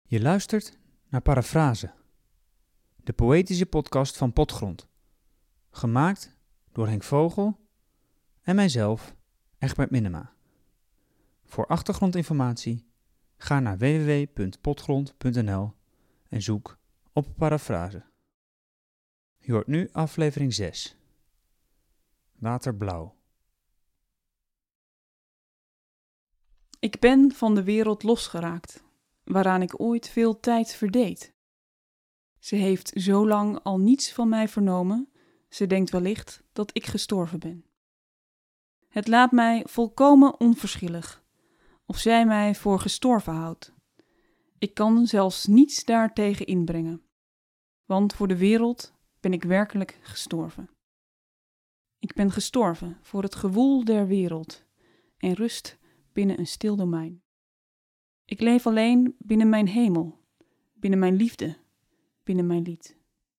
Je luistert naar Parafrase, de poëtische podcast van Potgrond. Gemaakt door Henk Vogel en mijzelf, Egbert Minema. Voor achtergrondinformatie ga naar www.potgrond.nl en zoek op Parafrase. Je hoort nu aflevering 6. Waterblauw. Ik ben van de wereld losgeraakt, waaraan ik ooit veel tijd verdeed. Ze heeft zo lang al niets van mij vernomen, ze denkt wellicht dat ik gestorven ben. Het laat mij volkomen onverschillig, of zij mij voor gestorven houdt. Ik kan zelfs niets daartegen inbrengen, want voor de wereld ben ik werkelijk gestorven. Ik ben gestorven voor het gewoel der wereld en rust binnen een stil domein. Ik leef alleen binnen mijn hemel, binnen mijn liefde, binnen mijn lied.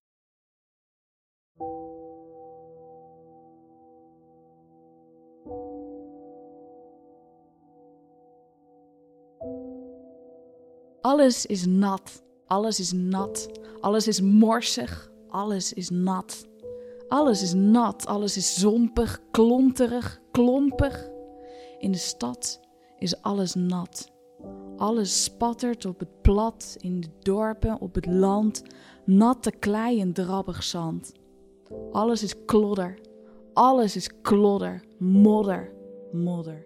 Alles is nat, alles is nat, alles is morsig, alles is nat. Alles is nat, alles is zompig, klonterig, klompig. In de stad is alles nat. Alles spattert op het plat, in de dorpen, op het land, natte klei en drabbig zand. Alles is klodder, alles is klodder, modder, modder.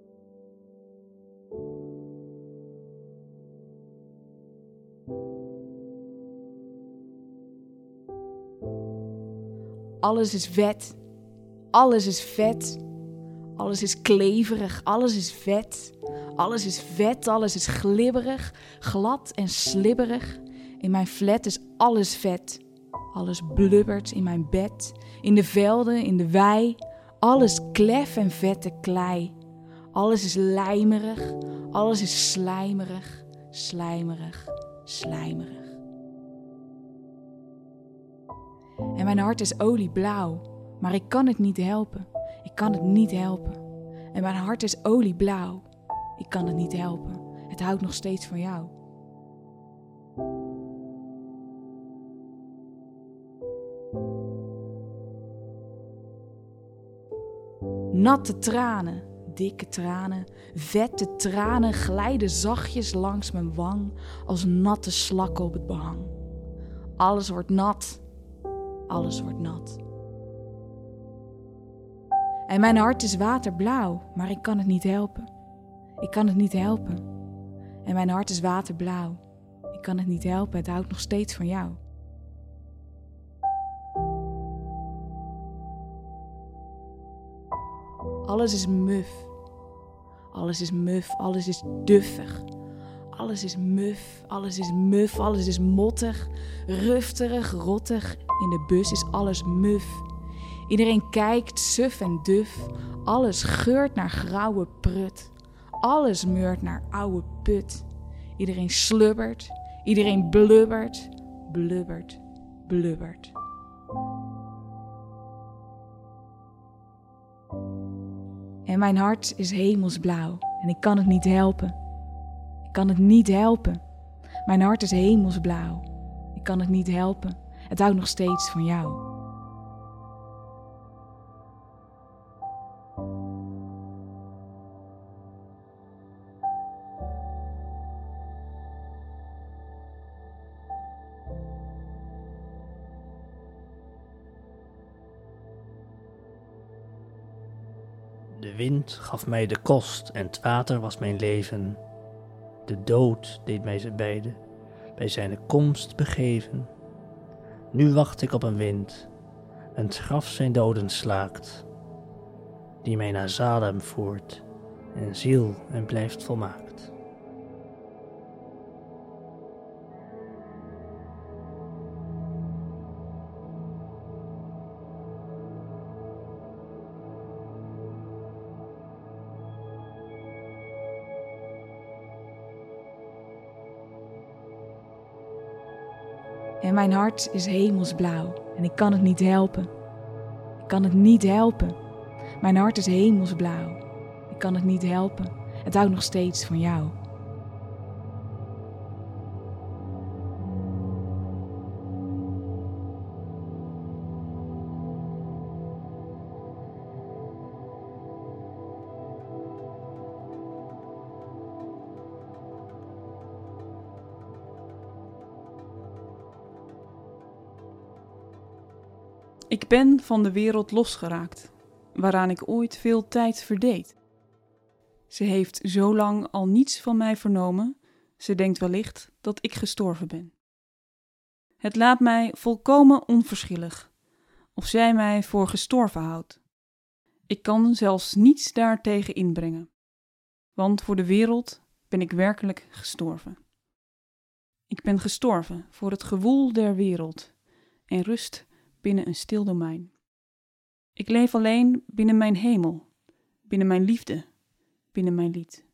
Alles is wet, alles is vet, alles is kleverig, alles is vet. Alles is vet, alles is glibberig, glad en slibberig. In mijn flat is alles vet. Alles blubbert in mijn bed, in de velden, in de wei. Alles klef en vette klei. Alles is lijmerig, alles is slijmerig, slijmerig, slijmerig. En mijn hart is olieblauw, maar ik kan het niet helpen. Ik kan het niet helpen. En mijn hart is olieblauw. Ik kan het niet helpen. Het houdt nog steeds van jou. Natte tranen, dikke tranen, vette tranen glijden zachtjes langs mijn wang als natte slakken op het behang. Alles wordt nat. Alles wordt nat. En mijn hart is waterblauw, maar ik kan het niet helpen. Ik kan het niet helpen. En mijn hart is waterblauw. Ik kan het niet helpen, het houdt nog steeds van jou. Alles is muf. Alles is muf, alles is duffig. Alles is muf, alles is muf, alles is mottig, rufterig, rottig. In de bus is alles muf. Iedereen kijkt suf en duf. Alles geurt naar grauwe prut. Alles meurt naar oude put. Iedereen slubbert, iedereen blubbert, blubbert, blubbert. En mijn hart is hemelsblauw en ik kan het niet helpen. Ik kan het niet helpen. Mijn hart is hemelsblauw. Ik kan het niet helpen. Het houdt nog steeds van jou. De wind gaf mij de kost en het water was mijn leven. De dood deed mij ze beiden bij zijn komst begeven. Nu wacht ik op een wind, en het graf zijn doden slaakt, die mij naar Salem voert, en ziel en blijft volmaakt. En mijn hart is hemelsblauw en ik kan het niet helpen. Ik kan het niet helpen. Mijn hart is hemelsblauw. Ik kan het niet helpen. Het houdt nog steeds van jou. Ik ben van de wereld losgeraakt, waaraan ik ooit veel tijd verdeed. Ze heeft zo lang al niets van mij vernomen, ze denkt wellicht dat ik gestorven ben. Het laat mij volkomen onverschillig, of zij mij voor gestorven houdt. Ik kan zelfs niets daartegen inbrengen, want voor de wereld ben ik werkelijk gestorven. Ik ben gestorven voor het gewoel der wereld en rust binnen een stil domein. Ik leef alleen binnen mijn hemel, binnen mijn liefde, binnen mijn lied.